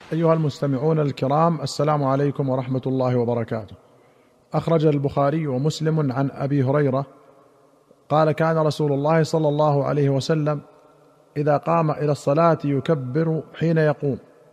أيها المستمعون الكرام، السلام عليكم ورحمة الله وبركاته. أخرج البخاري ومسلم عن أبي هريرة قال: كان رسول الله صلى الله عليه وسلم إذا قام إلى الصلاة يكبر حين يقوم،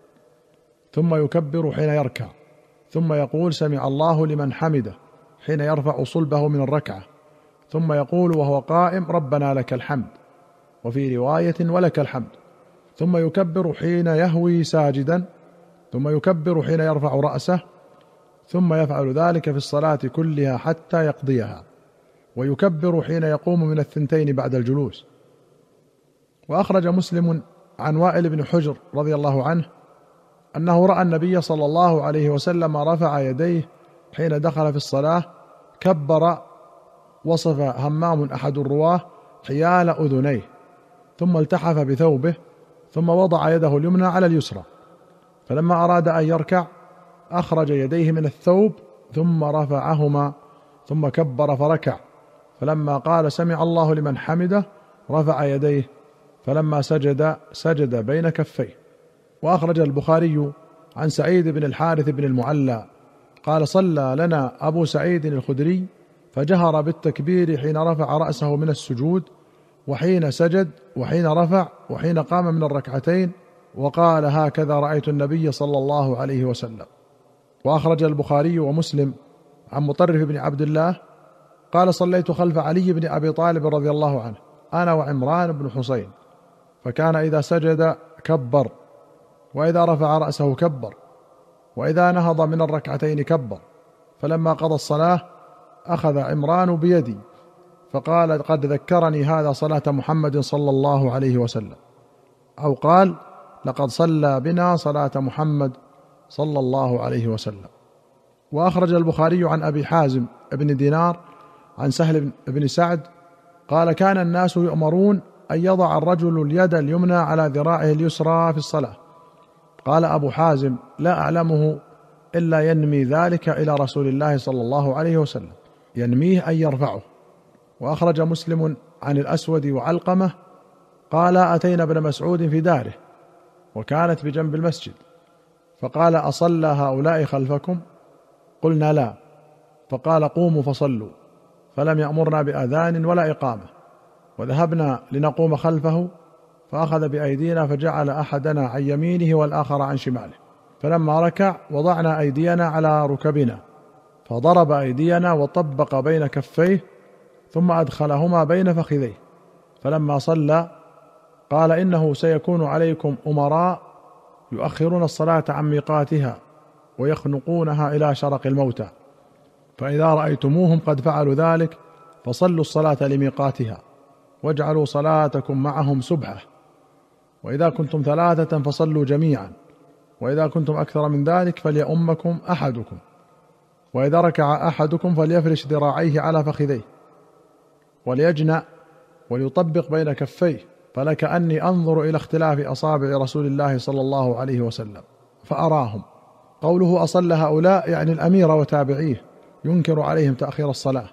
ثم يكبر حين يركع، ثم يقول: سمع الله لمن حمده، حين يرفع صلبه من الركعة، ثم يقول وهو قائم: ربنا لك الحمد، وفي رواية: ولك الحمد، ثم يكبر حين يهوي ساجدا، ثم يكبر حين يرفع رأسه، ثم يفعل ذلك في الصلاة كلها حتى يقضيها، ويكبر حين يقوم من الثنتين بعد الجلوس. وأخرج مسلم عن وائل بن حجر رضي الله عنه أنه رأى النبي صلى الله عليه وسلم رفع يديه حين دخل في الصلاة كبر، وصف همام أحد الرواه حيال أذنيه، ثم التحف بثوبه، ثم وضع يده اليمنى على اليسرى، فلما أراد أن يركع أخرج يديه من الثوب ثم رفعهما، ثم كبر فركع، فلما قال سمع الله لمن حمده رفع يديه، فلما سجد بين كفيه. وأخرج البخاري عن سعيد بن الحارث بن المعلى قال: صلى لنا أبو سعيد الخدري فجهر بالتكبير حين رفع رأسه من السجود، وحين سجد، وحين رفع، وحين قام من الركعتين، وقال: هكذا رأيت النبي صلى الله عليه وسلم. وأخرج البخاري ومسلم عن مطرف بن عبد الله قال: صليت خلف علي بن أبي طالب رضي الله عنه أنا وعمران بن حسين، فكان إذا سجد كبر، وإذا رفع رأسه كبر، وإذا نهض من الركعتين كبر، فلما قضى الصلاة أخذ عمران بيدي فقال: قد ذكرني هذا صلاة محمد صلى الله عليه وسلم، أو قال: لقد صلى بنا صلاة محمد صلى الله عليه وسلم. وأخرج البخاري عن أبي حازم ابن دينار عن سهل بن سعد قال: كان الناس يؤمرون أن يضع الرجل اليد اليمنى على ذراعه اليسرى في الصلاة. قال أبو حازم: لا أعلمه إلا ينمي ذلك إلى رسول الله صلى الله عليه وسلم، ينميه أن يرفعه. وأخرج مسلم عن الأسود وعلقمة قال: أتينا ابن مسعود في داره وكانت بجنب المسجد، فقال: أصلى هؤلاء خلفكم؟ قلنا: لا. فقال: قوموا فصلوا، فلم يأمرنا بأذان ولا إقامة، وذهبنا لنقوم خلفه، فأخذ بأيدينا فجعل أحدنا عن يمينه والآخر عن شماله، فلما ركع وضعنا أيدينا على ركبنا، فضرب أيدينا وطبق بين كفيه، ثم أدخلهما بين فخذيه، فلما صلى قال: إنه سيكون عليكم أمراء يؤخرون الصلاة عن ميقاتها ويخنقونها إلى شرق الموتى، فإذا رأيتموهم قد فعلوا ذلك فصلوا الصلاة لميقاتها، واجعلوا صلاتكم معهم سبحة، وإذا كنتم 3 فصلوا جميعا، وإذا كنتم أكثر من ذلك فليؤمكم أحدكم، وإذا ركع أحدكم فليفرش ذراعيه على فخذيه وليجنأ وليطبق بين كفيه، فلكأني أنظر إلى اختلاف أصابع رسول الله صلى الله عليه وسلم فأراهم. قوله أصلى هؤلاء يعني الأمير وتابعيه، ينكر عليهم تأخير الصلاة.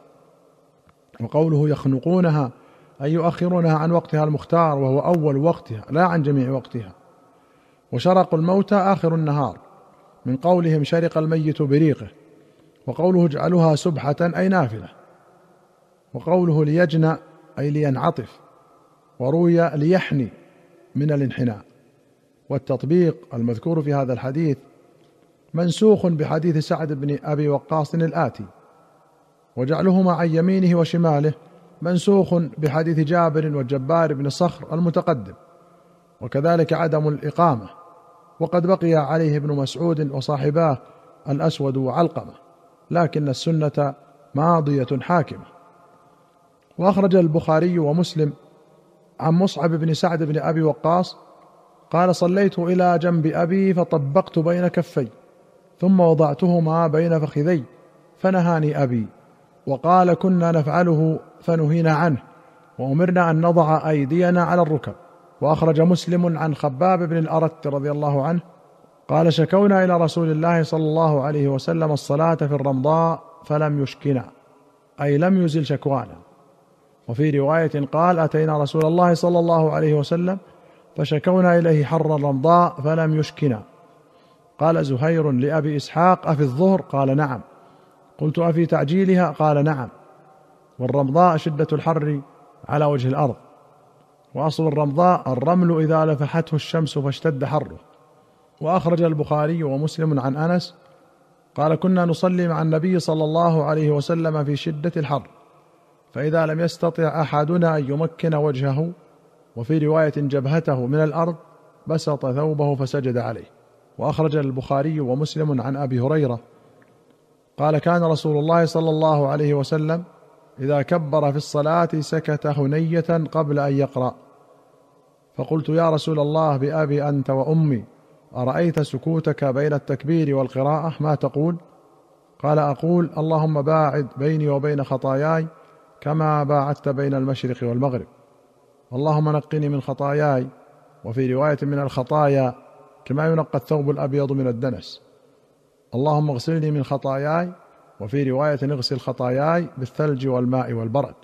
وقوله يخنقونها أي يؤخرونها عن وقتها المختار وهو أول وقتها لا عن جميع وقتها. وشرق الموتى آخر النهار، من قولهم شرق الميت بريقه. وقوله اجعلوها سبحة أي نافلة. وقوله ليجنأ أي لينعطف، وروي ليحني من الانحناء. والتطبيق المذكور في هذا الحديث منسوخ بحديث سعد بن أبي وقاص الآتي، وجعلهما عن يمينه وشماله منسوخ بحديث جابر والجبار بن صخر المتقدم، وكذلك عدم الإقامة، وقد بقي عليه ابن مسعود وصاحباه الأسود وعلقمة، لكن السنة ماضية حاكمة. وأخرج البخاري ومسلم عن مصعب بن سعد بن أبي وقاص قال: صليت إلى جنب أبي فطبقت بين كفي، ثم وضعتهما بين فخذي، فنهاني أبي وقال: كنا نفعله فنهينا عنه، وأمرنا أن نضع أيدينا على الركب. وأخرج مسلم عن خباب بن الأرت رضي الله عنه قال: شكونا إلى رسول الله صلى الله عليه وسلم الصلاة في الرمضاء فلم يشكنا، أي لم يزل شكوانا. وفي رواية قال: أتينا رسول الله صلى الله عليه وسلم فشكونا إليه حر الرمضاء فلم يشكنا. قال زهير لأبي إسحاق: أفي الظهر؟ قال: نعم. قلت: أفي تعجيلها؟ قال: نعم. والرمضاء شدة الحر على وجه الأرض، وأصل الرمضاء الرمل إذا لفحته الشمس فاشتد حره. وأخرج البخاري ومسلم عن أنس قال: كنا نصلي مع النبي صلى الله عليه وسلم في شدة الحر، فإذا لم يستطع أحدنا أن يمكن وجهه، وفي رواية جبهته، من الأرض بسط ثوبه فسجد عليه. وأخرج البخاري ومسلم عن أبي هريرة قال: كان رسول الله صلى الله عليه وسلم إذا كبر في الصلاة سكت هنية قبل أن يقرأ، فقلت: يا رسول الله، بأبي أنت وأمي، أرأيت سكوتك بين التكبير والقراءة ما تقول؟ قال: أقول: اللهم باعد بيني وبين خطاياي كما باعدت بين المشرق والمغرب، اللهم نقني من خطاياي، وفي رواية من الخطايا كما ينقى الثوب الأبيض من الدنس، اللهم اغسلني من خطاياي، وفي رواية اغسل خطاياي بالثلج والماء والبرد.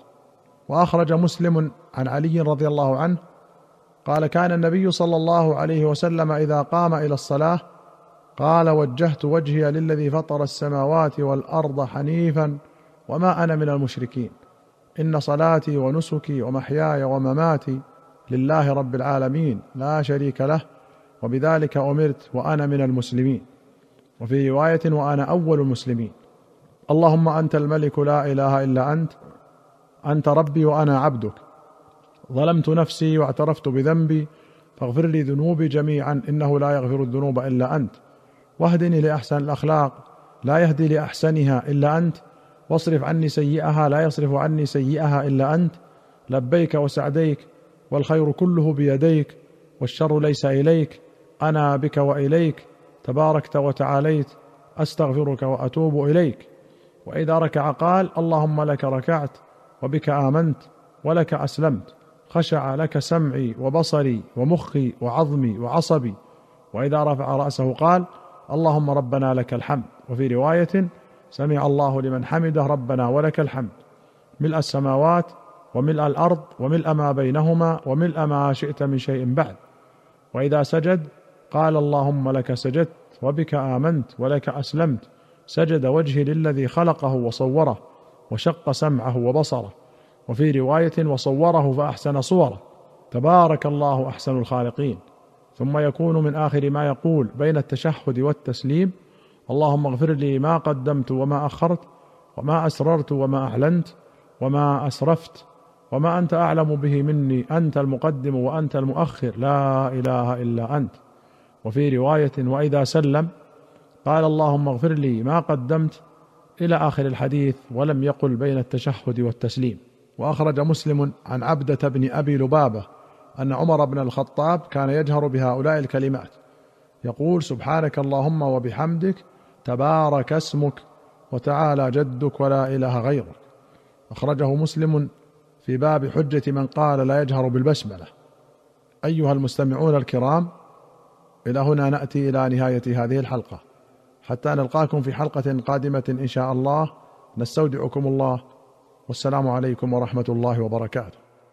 وأخرج مسلم عن علي رضي الله عنه قال: كان النبي صلى الله عليه وسلم إذا قام إلى الصلاة قال: وجهت وجهي للذي فطر السماوات والأرض حنيفا وما أنا من المشركين، إن صلاتي ونسكي ومحياي ومماتي لله رب العالمين لا شريك له، وبذلك أمرت وأنا من المسلمين، وفي رواية وأنا أول المسلمين. اللهم أنت الملك لا إله إلا أنت، أنت ربي وأنا عبدك، ظلمت نفسي واعترفت بذنبي، فاغفر لي ذنوبي جميعا إنه لا يغفر الذنوب إلا أنت، واهدني لأحسن الأخلاق لا يهدي لأحسنها إلا أنت، واصرف عني سيئها لا يصرف عني سيئها إلا أنت، لبيك وسعديك والخير كله بيديك والشر ليس إليك، أنا بك وإليك، تباركت وتعاليت، أستغفرك وأتوب إليك. وإذا ركع قال: اللهم لك ركعت وبك آمنت ولك أسلمت، خشع لك سمعي وبصري ومخي وعظمي وعصبي. وإذا رفع رأسه قال: اللهم ربنا لك الحمد، وفي رواية: سمع الله لمن حمده ربنا ولك الحمد، ملء السماوات وملء الأرض وملء ما بينهما وملء ما شئت من شيء بعد. وإذا سجد قال: اللهم لك سجدت وبك آمنت ولك أسلمت، سجد وجهي للذي خلقه وصوره وشق سمعه وبصره، وفي رواية: وصوره فأحسن صوره، تبارك الله أحسن الخالقين. ثم يكون من آخر ما يقول بين التشهد والتسليم: اللهم اغفر لي ما قدمت وما أخرت وما أسررت وما أعلنت وما أسرفت وما أنت أعلم به مني، أنت المقدم وأنت المؤخر، لا إله إلا أنت. وفي رواية: وإذا سلم قال: اللهم اغفر لي ما قدمت، إلى آخر الحديث، ولم يقل بين التشهد والتسليم. وأخرج مسلم عن عبدة بن أبي لبابة أن عمر بن الخطاب كان يجهر بهؤلاء الكلمات، يقول: سبحانك اللهم وبحمدك، تبارك اسمك، وتعالى جدك، ولا إله غيرك. أخرجه مسلم في باب حجة من قال لا يجهر بالبسملة. أيها المستمعون الكرام، إلى هنا نأتي إلى نهاية هذه الحلقة، حتى نلقاكم في حلقة قادمة إن شاء الله، نستودعكم الله، والسلام عليكم ورحمة الله وبركاته.